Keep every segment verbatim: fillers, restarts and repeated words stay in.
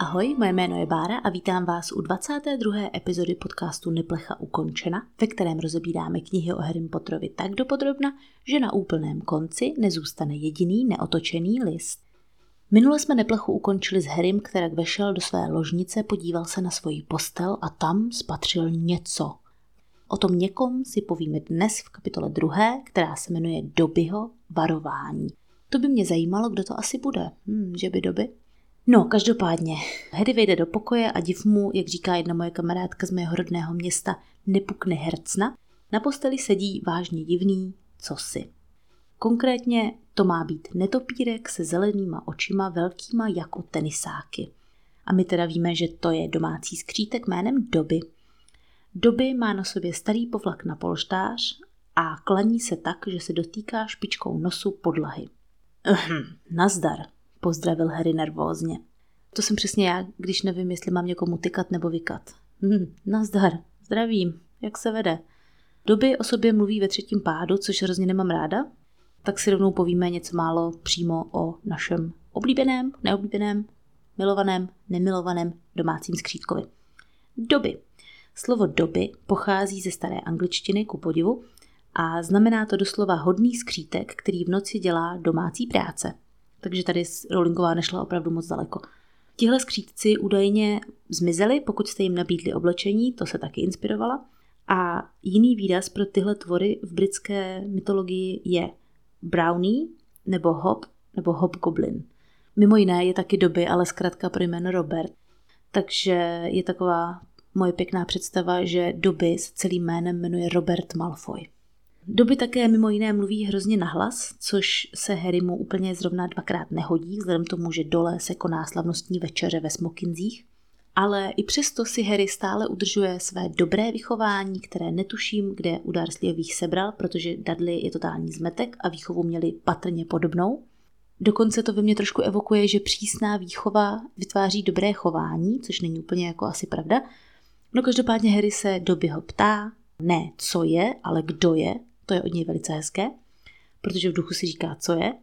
Ahoj, moje jméno je Bára a vítám vás u dvacáté druhé epizody podcastu Neplecha ukončena, ve kterém rozebíráme knihy o Harrym Potterovi tak dopodrobna, že na úplném konci nezůstane jediný neotočený list. Minule jsme Neplechu ukončili s Harrym, který vešel do své ložnice, podíval se na svoji postel a tam spatřil něco. O tom někom si povíme dnes v kapitole druhé, která se jmenuje Dobbyho varování. To by mě zajímalo, kdo to asi bude. Hmm, že by Dobby? No, každopádně, Harry vejde do pokoje a div mu, jak říká jedna moje kamarádka z mého rodného města, nepukne hercna. Na posteli sedí vážně divný cosi. Konkrétně to má být netopírek se zelenýma očima velkýma jako tenisáky. A my teda víme, že to je domácí skřítek jménem Dobby. Dobby má na sobě starý povlak na polštář a klaní se tak, že se dotýká špičkou nosu podlahy. Ehm, nazdar, pozdravil Harry nervózně. To jsem přesně já, když nevím, jestli mám někomu tykat nebo vykat. Hm, nazdar, zdravím, jak se vede? Dobby o sobě mluví ve třetím pádu, což hrozně nemám ráda, tak si rovnou povíme něco málo přímo o našem oblíbeném, neoblíbeném, milovaném, nemilovaném domácím skřítkovi. Dobby. Slovo Dobby pochází ze staré angličtiny, ku podivu, a znamená to doslova hodný skřítek, který v noci dělá domácí práce. Takže tady Rowlingová nešla opravdu moc daleko. Tihle skřítci údajně zmizeli, pokud jste jim nabídli oblečení, to se taky inspirovala. A jiný výraz pro tyhle tvory v britské mytologii je brownie, nebo hob, nebo hobgoblin. Mimo jiné je taky Dobby, ale zkrátka pro jméno Robert. Takže je taková moje pěkná představa, že Dobby s celým jménem jmenuje Robert Malfoy. Dobby také mimo jiné mluví hrozně nahlas, což se Harrymu úplně zrovna dvakrát nehodí, vzhledem tomu, že dole se koná slavnostní večeře ve smokinzích. Ale i přesto si Harry stále udržuje své dobré vychování, které netuším, kde u Dursleyových sebral, protože Dudley je totální zmetek a výchovu měli patrně podobnou. Dokonce to ve mně trošku evokuje, že přísná výchova vytváří dobré chování, což není úplně jako asi pravda. No každopádně Harry se Dobbyho ptá, ne co je, ale kdo je, to je od něj velice hezké, protože v duchu si říká, co je.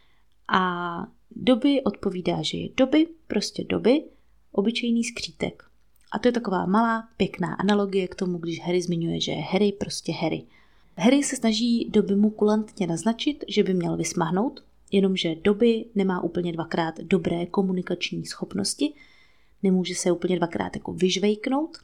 A Dobby odpovídá, že je Dobby, prostě Dobby, obyčejný skřítek. A to je taková malá, pěkná analogie k tomu, když Harry zmiňuje, že je Harry, prostě Harry. Harry se snaží Dobbymu kulantně naznačit, že by měl vysmahnout, jenomže Dobby nemá úplně dvakrát dobré komunikační schopnosti, nemůže se úplně dvakrát jako vyžvejknout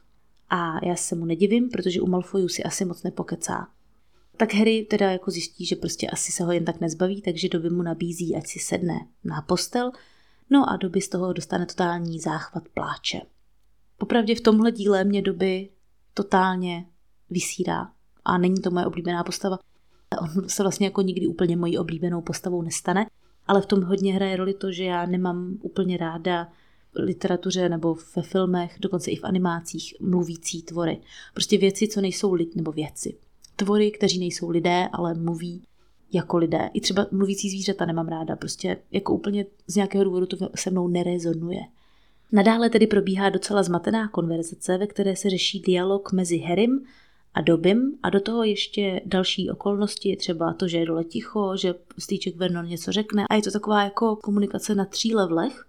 a já se mu nedivím, protože u Malfoyů si asi moc nepokecá. Tak Harry teda jako zjistí, že prostě asi se ho jen tak nezbaví, takže Dobby mu nabízí, ať si sedne na postel, no a Dobby z toho dostane totální záchvat pláče. Popravdě v tomhle díle mě Dobby totálně vysírá a není to moje oblíbená postava. On se vlastně jako nikdy úplně mojí oblíbenou postavou nestane, ale v tom hodně hraje roli to, že já nemám úplně ráda v literatuře nebo ve filmech, dokonce i v animácích mluvící tvory. Prostě věci, co nejsou lidi, nebo věci. Tvory, kteří nejsou lidé, ale mluví jako lidé. I třeba mluvící zvířata nemám ráda, prostě jako úplně z nějakého důvodu to se mnou nerezonuje. Nadále tedy probíhá docela zmatená konverzace, ve které se řeší dialog mezi Harrym a Dobbym a do toho ještě další okolnosti, třeba to, že je dole ticho, že strýček Vernon něco řekne a je to taková jako komunikace na tří levelech.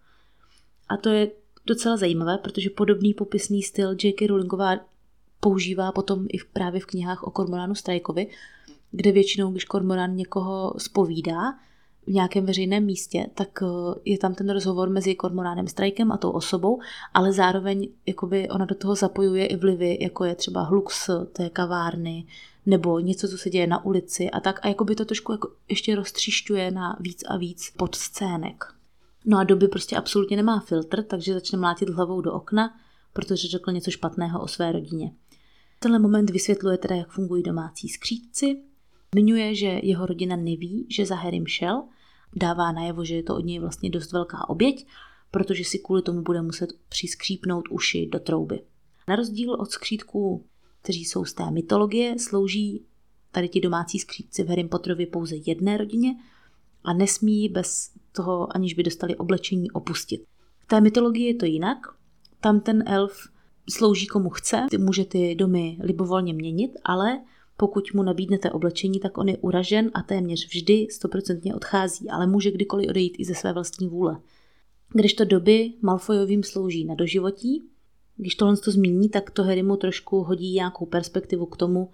A to je docela zajímavé, protože podobný popisný styl J K. Rowlingová používá potom i v, právě v knihách o Cormoranu Strikeovi, kde většinou, když Cormoran někoho zpovídá v nějakém veřejném místě, tak je tam ten rozhovor mezi Cormoranem Strikem a tou osobou, ale zároveň jakoby ona do toho zapojuje i vlivy, jako je třeba hluk z té kavárny, nebo něco, co se děje na ulici a tak. A jakoby to trošku jako ještě roztřišťuje na víc a víc podscének. No a Dobby prostě absolutně nemá filtr, takže začne mlátit hlavou do okna, protože řekl něco špatného o své rodině. V tenhle moment vysvětluje teda, jak fungují domácí skřítci, zmiňuje, že jeho rodina neví, že za Harrym šel, dává najevo, že je to od něj vlastně dost velká oběť, protože si kvůli tomu bude muset přiskřípnout uši do trouby. Na rozdíl od skřítků, kteří jsou z té mytologie, slouží tady ti domácí skřítci v Harrym Potterovi pouze jedné rodině a nesmí bez toho, aniž by dostali oblečení, opustit. V té mytologii je to jinak. Tam ten elf slouží komu chce, ty může ty domy libovolně měnit, ale pokud mu nabídnete oblečení, tak on je uražen a téměř vždy stoprocentně odchází, ale může kdykoliv odejít i ze své vlastní vůle. Když to Dobby Malfoyovým slouží na doživotí. Když tohle to zmíní, tak to Harry mu trošku hodí nějakou perspektivu k tomu,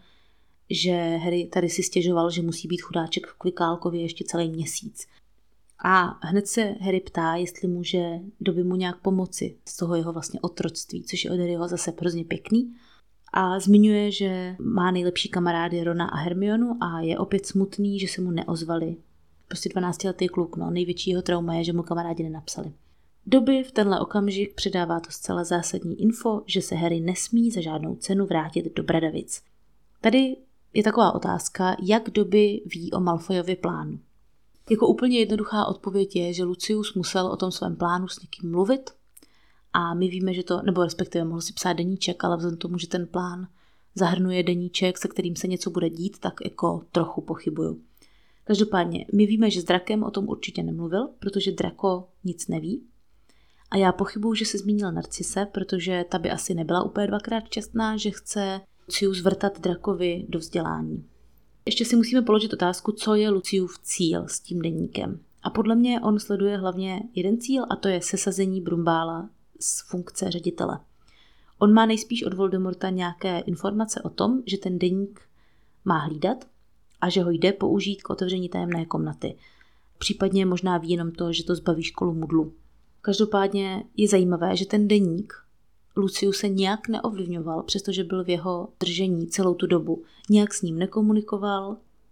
že Harry tady si stěžoval, že musí být chudáček v Kvikálkově ještě celý měsíc. A hned se Harry ptá, jestli může Dobby mu nějak pomoci z toho jeho vlastně otroctví, což je od Harryho zase hrozně pěkný. A zmiňuje, že má nejlepší kamarády Rona a Hermionu a je opět smutný, že se mu neozvali. Prostě dvanáctiletý kluk, no, největší jeho trauma je, že mu kamarádi nenapsali. Dobby v tenhle okamžik předává to zcela zásadní info, že se Harry nesmí za žádnou cenu vrátit do Bradavic. Tady je taková otázka, jak Dobby ví o Malfoyově plánu. Jako úplně jednoduchá odpověď je, že Lucius musel o tom svém plánu s někým mluvit a my víme, že to, nebo respektive mohl si psát deníček, ale vzhledem k tomu, že ten plán zahrnuje deníček, se kterým se něco bude dít, tak jako trochu pochybuju. Každopádně, my víme, že s Drakem o tom určitě nemluvil, protože Draco nic neví. A já pochybuju, že se zmínil Narcise, protože ta by asi nebyla úplně dvakrát šťastná, že chce Lucius vrtat Drakovi do vzdělání. Ještě si musíme položit otázku, co je Luciův cíl s tím deníkem. A podle mě on sleduje hlavně jeden cíl a to je sesazení Brumbála z funkce ředitele. On má nejspíš od Voldemorta nějaké informace o tom, že ten deník má hlídat a že ho jde použít k otevření tajemné komnaty. Případně možná ví jenom to, že to zbaví školu mudlu. Každopádně je zajímavé, že ten deník Lucius se nějak neovlivňoval, přestože byl v jeho držení celou tu dobu. Nějak s ním nekomunikoval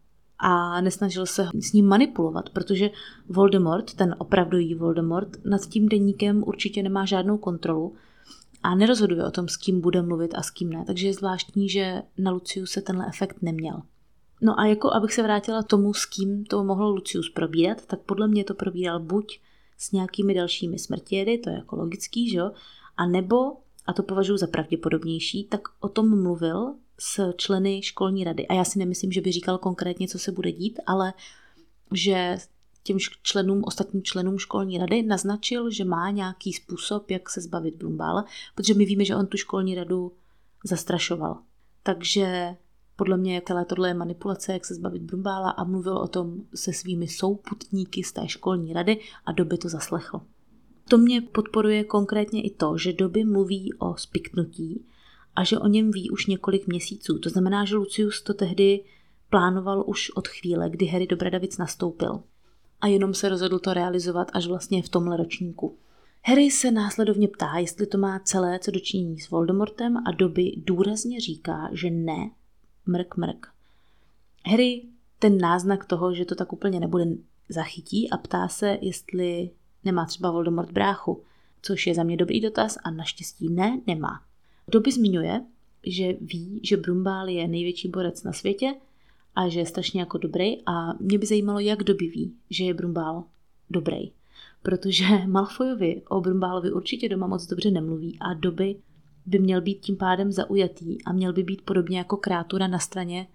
a nesnažil se s ním manipulovat, protože Voldemort, ten opravdový Voldemort, nad tím deníkem určitě nemá žádnou kontrolu a nerozhoduje o tom, s kým bude mluvit a s kým ne. Takže je zvláštní, že na Lucius se tenhle efekt neměl. No a jako abych se vrátila tomu, s kým to mohl Lucius probírat, tak podle mě to probíral buď s nějakými dalšími smrtědy, to je jako logický, že jo, a nebo, a to považuji za pravděpodobnější, tak o tom mluvil s členy školní rady. A já si nemyslím, že by říkal konkrétně, co se bude dít, ale že těm členům, ostatním členům školní rady naznačil, že má nějaký způsob, jak se zbavit Brumbála, protože my víme, že on tu školní radu zastrašoval. Takže podle mě celé tohle je manipulace, jak se zbavit Brumbála a mluvil o tom se svými souputníky z té školní rady a Dobby to zaslechl. To mě podporuje konkrétně i to, že Dobby mluví o spiknutí a že o něm ví už několik měsíců. To znamená, že Lucius to tehdy plánoval už od chvíle, kdy Harry do Bradavic nastoupil. A jenom se rozhodl to realizovat až vlastně v tomhle ročníku. Harry se následovně ptá, jestli to má celé co dočinění s Voldemortem a Dobby důrazně říká, že ne. Mrk, mrk. Harry ten náznak toho, že to tak úplně nebude, zachytí a ptá se, jestli nemá třeba Voldemort bráchu, což je za mě dobrý dotaz a naštěstí ne, nemá. Dobby zmiňuje, že ví, že Brumbál je největší borec na světě a že je strašně jako dobrý a mě by zajímalo, jak Dobby ví, že je Brumbál dobrý. Protože Malfoyovi o Brumbálovi určitě doma moc dobře nemluví a Dobby by měl být tím pádem zaujatý a měl by být podobně jako Krátura na straně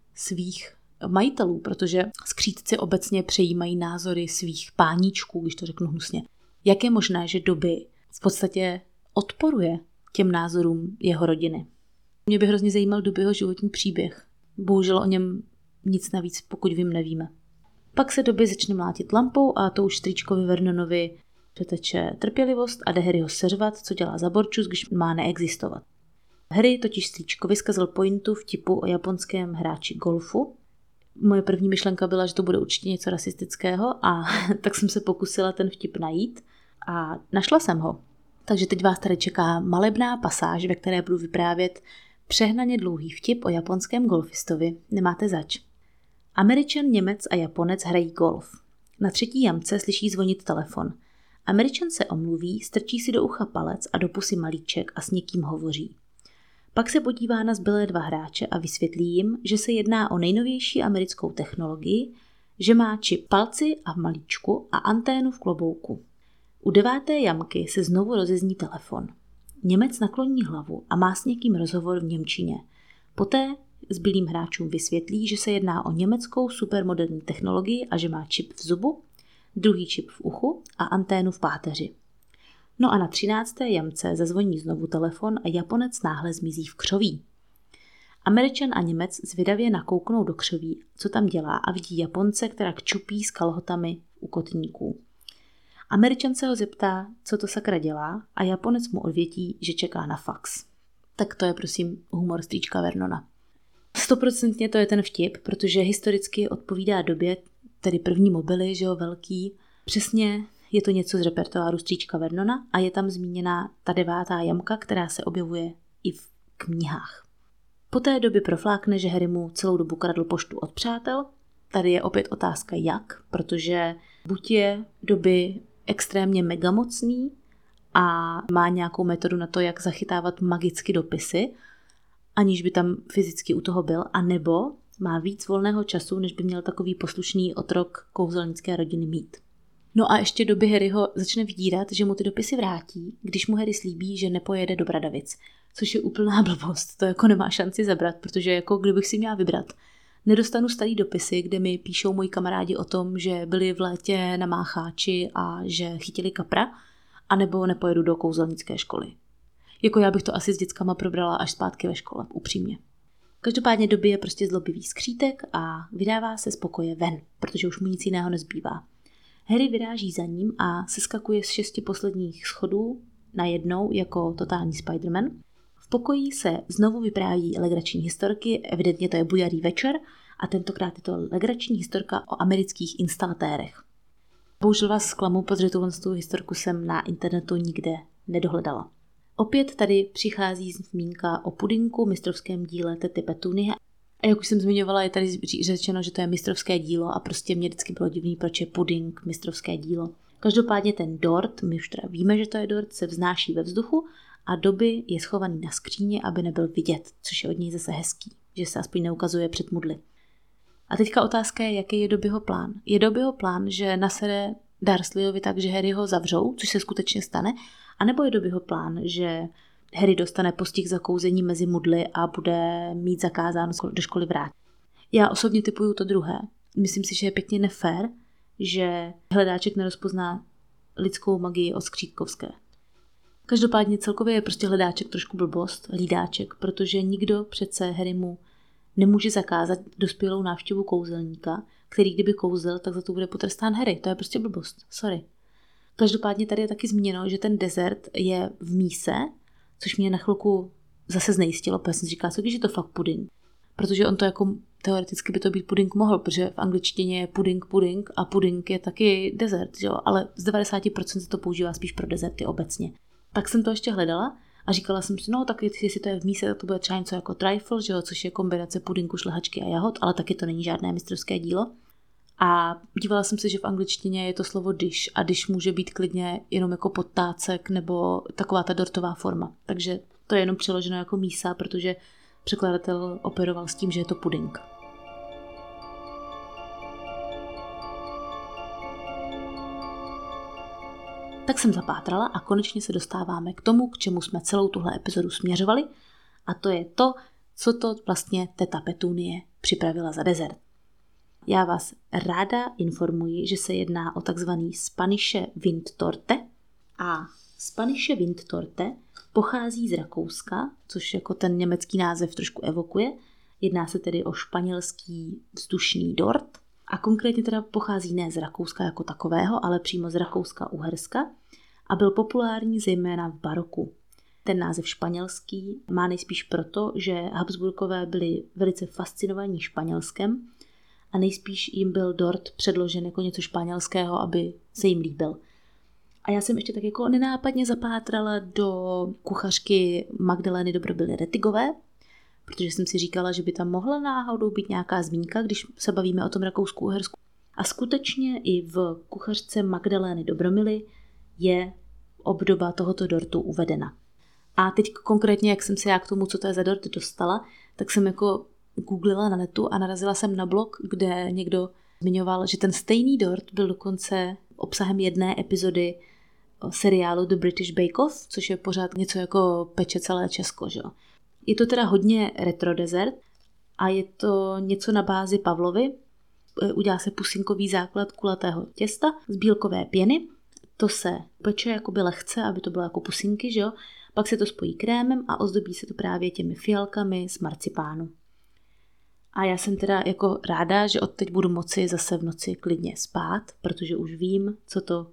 svých majitelů, protože skřídci obecně přejímají názory svých páníčků, když to řeknu hnusně. Jak je možné, že Dobby v podstatě odporuje těm názorům jeho rodiny? Mě by hrozně zajímal Dobbyho životní příběh. Bohužel o něm nic navíc, pokud vím, nevíme. Pak se Dobby začne mlátit lampou a to už strýčkovi Vernonovi přeteče trpělivost a jde Harryho seřvat, co dělá za borčus, když má neexistovat. Harry totiž strýčkovi zkazil pointu vtipu o japonském hráči golfu. Moje první myšlenka byla, že to bude určitě něco rasistického a tak jsem se pokusila ten vtip najít a našla jsem ho. Takže teď vás tady čeká malebná pasáž, ve které budu vyprávět přehnaně dlouhý vtip o japonském golfistovi. Nemáte zač. Američan, Němec a Japonec hrají golf. Na třetí jamce slyší zvonit telefon. Američan se omluví, strčí si do ucha palec a do pusy malíček a s někým hovoří. Pak se podívá na zbylé dva hráče a vysvětlí jim, že se jedná o nejnovější americkou technologii, že má čip palci a v malíčku a anténu v klobouku. U deváté jamky se znovu rozezní telefon. Němec nakloní hlavu a má s někým rozhovor v němčině. Poté zbylým hráčům vysvětlí, že se jedná o německou supermoderní technologii a že má čip v zubu, druhý čip v uchu a anténu v páteři. No a na třinácté jamce zazvoní znovu telefon a Japonec náhle zmizí v křoví. Američan a Němec zvědavě nakouknou do křoví, co tam dělá a vidí Japonce, která kčupí s kalhotami u kotníků. Američan se ho zeptá, co to sakra dělá a Japonec mu odvětí, že čeká na fax. Tak to je prosím humor strýčka Vernona. Stoprocentně to je ten vtip, protože historicky odpovídá době, tedy první mobily, že jo, velký. Přesně je to něco z repertoáru strýčka Vernona a je tam zmíněná ta devátá jamka, která se objevuje i v knihách. Po té době proflákne, že Harry mu celou dobu kradl poštu od přátel. Tady je opět otázka jak, protože buď je doby extrémně megamocný a má nějakou metodu na to, jak zachytávat magicky dopisy, aniž by tam fyzicky u toho byl, anebo má víc volného času, než by měl takový poslušný otrok kouzelnické rodiny mít. No a ještě doby Harryho začne vydírat, že mu ty dopisy vrátí, když mu Harry slíbí, že nepojede do Bradavic, což je úplná blbost, to jako nemá šanci zabrat, protože jako kdybych si měla vybrat. Nedostanu starý dopisy, kde mi píšou moji kamarádi o tom, že byli v létě na Mácháči a že chytili kapra, anebo nepojedu do kouzelnické školy. Jako já bych to asi s dětskama probrala až zpátky ve škole, upřímně. Každopádně doby je prostě zlobivý skřítek a vydává se z pokoje ven, protože už mu nic jiného nezbývá. Harry vyráží za ním a seskakuje z šesti posledních schodů najednou jako totální Spider-Man. V pokoji se znovu vypráví legrační historky, evidentně to je bujarý večer a tentokrát je to legrační historka o amerických instalatérech. Bohužel vás zklamu, protože tuhle historku jsem na internetu nikde nedohledala. Opět tady přichází zmínka o pudinku, mistrovském díle tety Petunie. A jak už jsem zmiňovala, je tady řečeno, že to je mistrovské dílo a prostě mě vždycky bylo divný, proč je puding mistrovské dílo. Každopádně ten dort, my už teda víme, že to je dort, se vznáší ve vzduchu a Dobby je schovaný na skříně, aby nebyl vidět, což je od něj zase hezký, že se aspoň neukazuje před mudly. A teďka otázka je, jaký je Dobbyho plán. Je Dobbyho plán, že nasere Dursleyovi tak, že Harry ho zavřou, což se skutečně stane, anebo je Dobbyho plán, že Harry dostane postih za kouzení mezi mudly a bude mít zakázáno do školy vrátit. Já osobně typuju to druhé. Myslím si, že je pěkně nefér, že hledáček nerozpozná lidskou magii od skřítkovské. Každopádně celkově je prostě hledáček trošku blbost, hlídáček, protože nikdo přece Harrymu nemůže zakázat dospělou návštěvu kouzelníka, který kdyby kouzel, tak za to bude potrestán Harry. To je prostě blbost. Sorry. Každopádně tady je taky zmíněno, že ten desert je v míse, což mě na chvilku zase znejistilo, protože jsem říkala, co když je to fakt puding. Protože on to jako teoreticky by to být puding mohl, protože v angličtině je puding puding a puding je taky desert, jo? Ale z devadesát procent se to používá spíš pro deserty obecně. Tak jsem to ještě hledala a říkala jsem si, no tak jestli to je v míse, tak to bude třeba něco jako trifle, že jo? Což je kombinace pudinku, šlehačky a jahod, ale taky to není žádné mistrovské dílo. A dívala jsem se, že v angličtině je to slovo dish a dish může být klidně jenom jako podtácek nebo taková ta dortová forma. Takže to je jenom přeloženo jako mísa, protože překladatel operoval s tím, že je to puding. Tak jsem zapátrala a konečně se dostáváme k tomu, k čemu jsme celou tuhle epizodu směřovali, a to je to, co to vlastně teta Petunie připravila za dezert. Já vás ráda informuji, že se jedná o takzvaný Spanische Windtorte a Spanische Windtorte pochází z Rakouska, což jako ten německý název trošku evokuje. Jedná se tedy o španělský vzdušný dort a konkrétně teda pochází ne z Rakouska jako takového, ale přímo z Rakouska-Uherska a byl populární zejména v baroku. Ten název španělský má nejspíš proto, že Habsburkové byli velice fascinovaní Španělskem a nejspíš jim byl dort předložen jako něco španělského, aby se jim líbil. A já jsem ještě tak jako nenápadně zapátrala do kuchařky Magdalény Dobrobily Retigové, protože jsem si říkala, že by tam mohla náhodou být nějaká zmínka, když se bavíme o tom Rakousku-Uhersku. A skutečně i v kuchařce Magdalény Dobromily je obdoba tohoto dortu uvedena. A teď konkrétně, jak jsem se já k tomu, co to je za dort, dostala, tak jsem jako googlila na netu a narazila jsem na blog, kde někdo zmiňoval, že ten stejný dort byl dokonce obsahem jedné epizody seriálu The British Bake Off, což je pořád něco jako Peče celé Česko, že jo. Je to teda hodně retro dezert a je to něco na bázi pavlovy. Udělá se pusinkový základ kulatého těsta z bílkové pěny. To se peče jakoby lehce, aby to bylo jako pusinky, že jo. Pak se to spojí krémem a ozdobí se to právě těmi fialkami z marcipánu. A já jsem teda jako ráda, že odteď budu moci zase v noci klidně spát, protože už vím, co to ta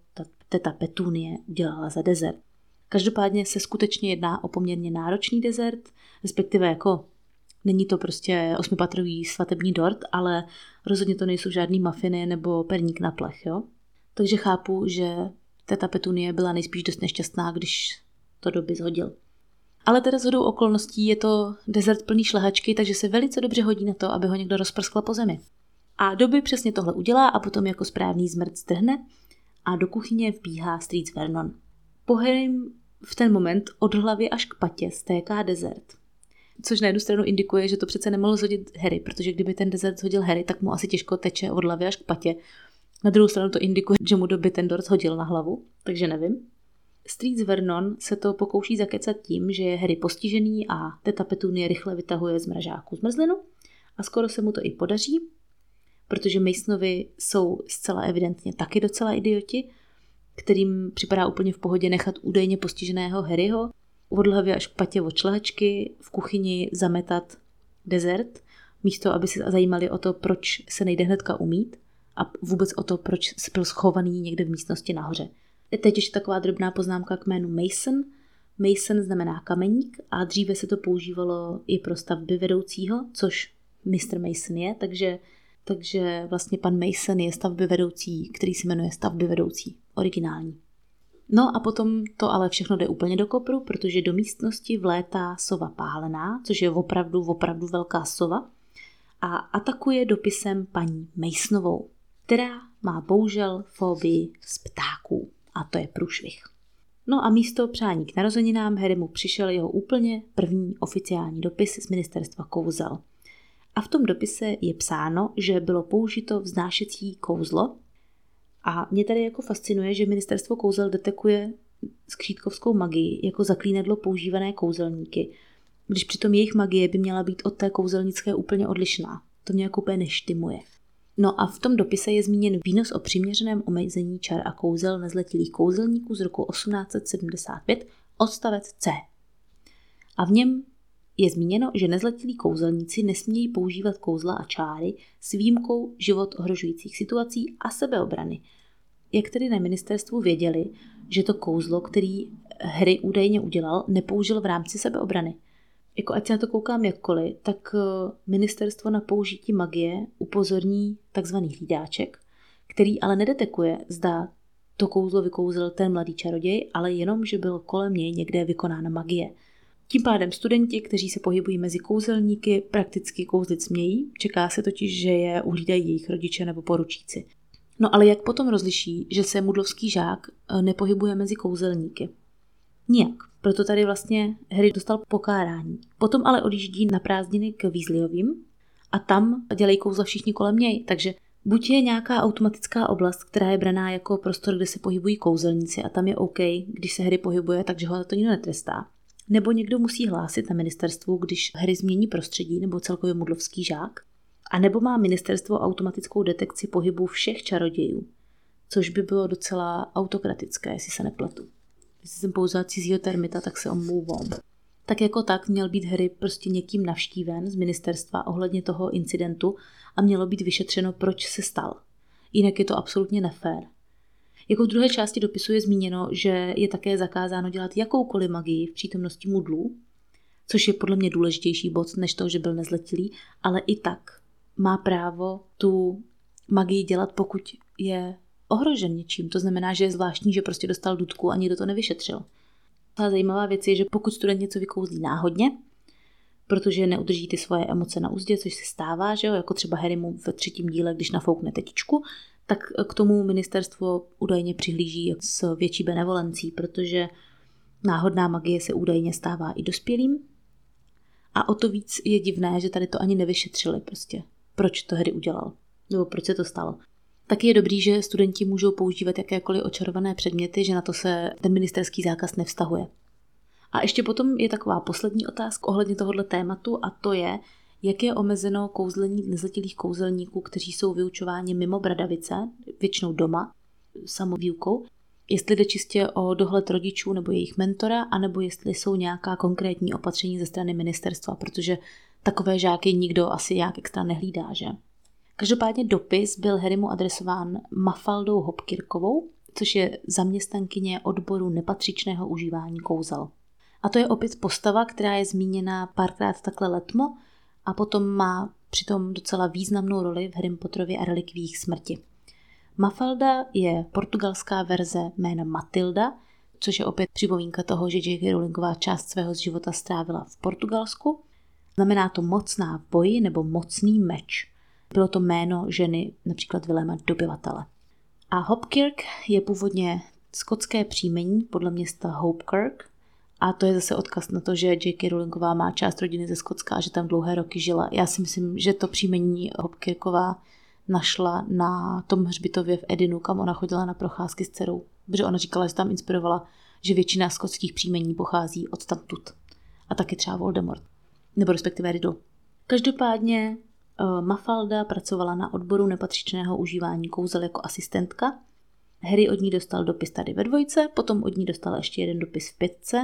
teta Petunie udělala za dezert. Každopádně se skutečně jedná o poměrně náročný dezert, respektive jako není to prostě osmipatrový svatební dort, ale rozhodně to nejsou žádný mafiny nebo perník na plech, jo? Takže chápu, že teta Petunie byla nejspíš dost nešťastná, když to doby zhodil. Ale teda shodou okolností je to dezert plný šlehačky, takže se velice dobře hodí na to, aby ho někdo rozprskl po zemi. A doby přesně tohle udělá a potom jako správný zmrt strhne a do kuchyně vbíhá strýc Vernon. Po Harrym v ten moment od hlavy až k patě stéká dezert. Což na jednu stranu indikuje, že to přece nemohl zhodit Harry, protože kdyby ten dezert zhodil Harry, tak mu asi těžko teče od hlavy až k patě. Na druhou stranu to indikuje, že mu doby ten dort hodil na hlavu, takže nevím. Strýc Vernon se to pokouší zakecat tím, že je Harry postižený a teta Petunie rychle vytahuje z mražáku zmrzlinu a skoro se mu to i podaří, protože Masonovi jsou zcela evidentně taky docela idioti, kterým připadá úplně v pohodě nechat údajně postiženého Harryho od hlavy až k patě od šlehačky v kuchyni zametat dezert, místo aby se zajímali o to, proč se nejde hnedka umýt a vůbec o to, proč byl schovaný někde v místnosti nahoře. Teď ještě taková drobná poznámka k jménu Mason. Mason znamená kameník a dříve se to používalo i pro stavby vedoucího, což mistr Mason je, takže, takže vlastně pan Mason je stavby vedoucí, který se jmenuje stavby vedoucí, originální. No a potom to ale všechno jde úplně do kopru, protože do místnosti vlétá sova pálená, což je opravdu, opravdu velká sova a atakuje dopisem paní Masonovou, která má bohužel fobii z ptáků. A to je průšvih. No a místo přání k narozeninám Harrymu přišel jeho úplně první oficiální dopis z ministerstva kouzel. A v tom dopise je psáno, že bylo použito vznášecí kouzlo. A mě tady jako fascinuje, že ministerstvo kouzel detekuje skřítkovskou magii jako zaklínadlo používané kouzelníky, když přitom jejich magie by měla být od té kouzelnické úplně odlišná. To mě jako úplně neštimuje. No a v tom dopise je zmíněn výnos o přiměřeném omezení čar a kouzel nezletilých kouzelníků z roku osmnáct set sedmdesát pět, odstavec C. A v něm je zmíněno, že nezletilí kouzelníci nesmějí používat kouzla a čáry s výjimkou život ohrožujících situací a sebeobrany. Jak tedy na ministerstvu věděli, že to kouzlo, který Harry údajně udělal, nepoužil v rámci sebeobrany? Jako ať se na to koukám jakkoliv, tak ministerstvo na použití magie upozorní takzvaný hlídáček, který ale nedetekuje, zda to kouzlo vykouzel ten mladý čaroděj, ale jenom, že byl kolem něj někde vykonána magie. Tím pádem studenti, kteří se pohybují mezi kouzelníky, prakticky kouzlit smějí, čeká se totiž, že je uhlídají jejich rodiče nebo poručíci. No ale jak potom rozliší, že se mudlovský žák nepohybuje mezi kouzelníky? Nijak. Proto tady vlastně Harry dostal pokárání. Potom ale odjíždí na prázdniny k Weasleyovým a tam dělají kouzla všichni kolem něj. Takže buď je nějaká automatická oblast, která je braná jako prostor, kde se pohybují kouzelníci a tam je OK, když se Harry pohybuje, takže ho na to nikdo netrestá. Nebo někdo musí hlásit na ministerstvu, když Harry změní prostředí nebo celkově mudlovský žák. A nebo má ministerstvo automatickou detekci pohybu všech čarodějů, což by bylo docela autokratické, jestli se nepletu. Jestli jsem použila cizího termita, tak se omlouvám. Tak jako tak měl být Harry prostě někým navštíven z ministerstva ohledně toho incidentu a mělo být vyšetřeno, proč se stal. Jinak je to absolutně nefér. Jako v druhé části dopisu je zmíněno, že je také zakázáno dělat jakoukoliv magii v přítomnosti mudlů, což je podle mě důležitější bod než to, že byl nezletilý, ale i tak má právo tu magii dělat, pokud je ohrožen něčím. To znamená, že je zvláštní, že prostě dostal dudku a nikdo to nevyšetřil. Ta zajímavá věc je, že pokud student něco vykouzlí náhodně, protože neudrží ty svoje emoce na uzdě, což se stává, že jo, jako třeba Harrymu ve třetím díle, když nafoukne tetičku, tak k tomu ministerstvo údajně přihlíží s větší benevolencí, protože náhodná magie se údajně stává i dospělým. A o to víc je divné, že tady to ani nevyšetřili prostě. Proč to Harry udělal? Nebo proč se to stalo? Taky je dobrý, že studenti můžou používat jakékoliv očarované předměty, že na to se ten ministerský zákaz nevztahuje. A ještě potom je taková poslední otázka ohledně tohoto tématu a to je, jak je omezeno kouzlení nezletilých kouzelníků, kteří jsou vyučováni mimo Bradavice, většinou doma, samovýukou. Jestli jde čistě o dohled rodičů nebo jejich mentora, anebo jestli jsou nějaká konkrétní opatření ze strany ministerstva, protože takové žáky nikdo asi nějak extra nehlídá, že? Každopádně dopis byl Harrymu adresován Mafaldou Hopkirkovou, což je zaměstnankyně odboru nepatřičného užívání kouzel. A to je opět postava, která je zmíněna párkrát takhle letmo a potom má přitom docela významnou roli v Harrym Potterově a relikviích smrti. Mafalda je portugalská verze jména Matilda, což je opět připomínka toho, že J K. Rowlingová část svého života strávila v Portugalsku. Znamená to mocná v boji nebo mocný meč. Bylo to jméno ženy například Viléma Dobyvatele. A Hopkirk je původně skotské příjmení podle města Hopekirk a to je zase odkaz na to, že J K. Rowlingová má část rodiny ze Skotska a že tam dlouhé roky žila. Já si myslím, že to příjmení Hopkirková našla na tom hřbitově v Edinu, kam ona chodila na procházky s dcerou. Protože ona říkala, že tam inspirovala, že většina skotských příjmení pochází od tamtud. A taky třeba Voldemort. Nebo respektive Riddle. Každopádně uh, Mafalda pracovala na odboru nepatřičného užívání kouzel jako asistentka. Harry od ní dostal dopis tady ve dvojce, potom od ní dostal ještě jeden dopis v pětce,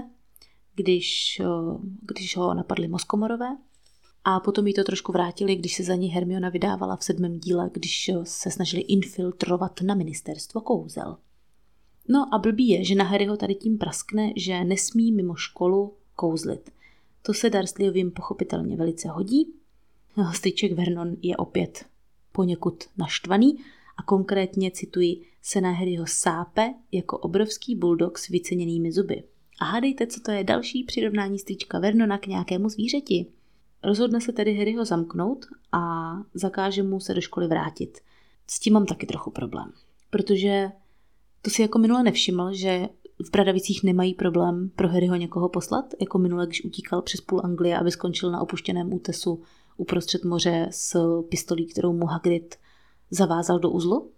když, uh, když ho napadli Moskomorové. A potom jí to trošku vrátili, když se za ní Hermiona vydávala v sedmém díle, když se snažili infiltrovat na ministerstvo kouzel. No a blbý je, že na Harryho tady tím praskne, že nesmí mimo školu kouzlit. To se Dursleyovým pochopitelně velice hodí. Styček Vernon je opět poněkud naštvaný a konkrétně cituji, se na Harryho sápe jako obrovský bulldog s vyceněnými zuby. A hádejte, co to je další přirovnání Styčka Vernona k nějakému zvířeti. Rozhodne se tedy Harryho zamknout a zakáže mu se do školy vrátit. S tím mám taky trochu problém, protože to si jako minule nevšiml, že v Bradavicích nemají problém pro Harryho někoho poslat, jako minule, když utíkal přes půl Anglie, aby skončil na opuštěném útesu uprostřed moře s pistolí, kterou mu Hagrid zavázal do uzlu.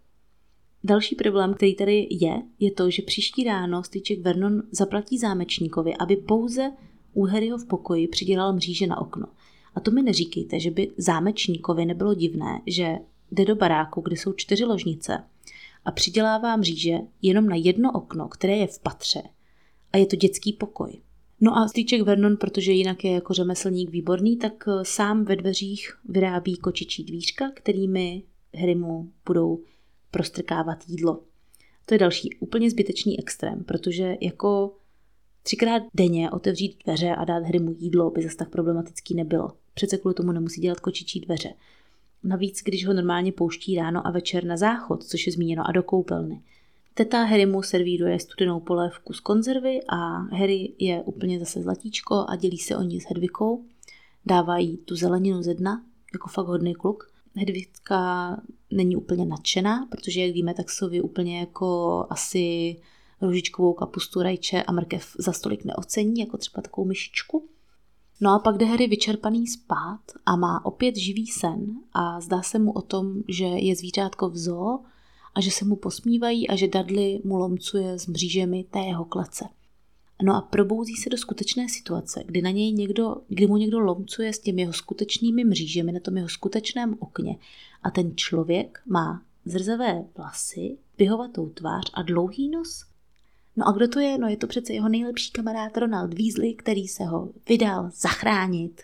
Další problém, který tady je, je to, že příští ráno Styček Vernon zaplatí zámečníkovi, aby pouze u Harryho v pokoji přidělal mříže na okno. A to mi neříkejte, že by zámečníkovi nebylo divné, že jde do baráku, kde jsou čtyři ložnice a přidělává mříže jenom na jedno okno, které je v patře a je to dětský pokoj. No a Styček Vernon, protože jinak je jako řemeslník výborný, tak sám ve dveřích vyrábí kočičí dvířka, kterými Harrymu budou prostrkávat jídlo. To je další úplně zbytečný extrém, protože jako třikrát denně otevřít dveře a dát Harrymu jídlo by zase tak problematický nebylo. Přece kvůli tomu nemusí dělat kočičí dveře. Navíc, když ho normálně pouští ráno a večer na záchod, což je zmíněno, a do koupelny. Teta Harrymu servíruje studenou polévku z konzervy a Harry je úplně zase zlatíčko a dělí se o ní s Hedvikou. Dává jí tu zeleninu ze dna, jako fakt hodný kluk. Hedvika není úplně nadšená, protože jak víme, tak Sylvie úplně jako asi růžičkovou kapustu, rajče a mrkev za stolik neocení, jako třeba takovou myšičku. No a pak jde Harry vyčerpaný spát a má opět živý sen a zdá se mu o tom, že je zvířátko v zoo a že se mu posmívají a že Dudley mu lomcuje s mřížemi té jeho klece. No a probouzí se do skutečné situace, kdy na něj někdo, kdy mu někdo lomcuje s těmi jeho skutečnými mřížemi na tom jeho skutečném okně a ten člověk má zrzavé vlasy, běhovatou tvář a dlouhý nos. No a kdo to je? No je to přece jeho nejlepší kamarád Ronald Weasley, který se ho vydal zachránit.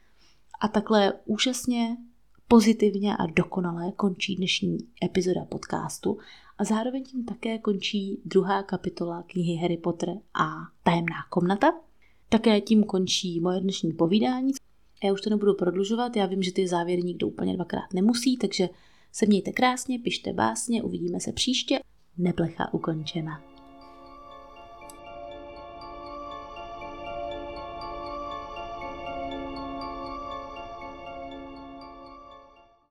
A takhle úžasně, pozitivně a dokonale končí dnešní epizoda podcastu a zároveň tím také končí druhá kapitola knihy Harry Potter a tajemná komnata. Také tím končí moje dnešní povídání. Já už to nebudu prodlužovat, já vím, že ty závěry nikdo úplně dvakrát nemusí, takže se mějte krásně, pište básně, uvidíme se příště. Neplecha ukončena.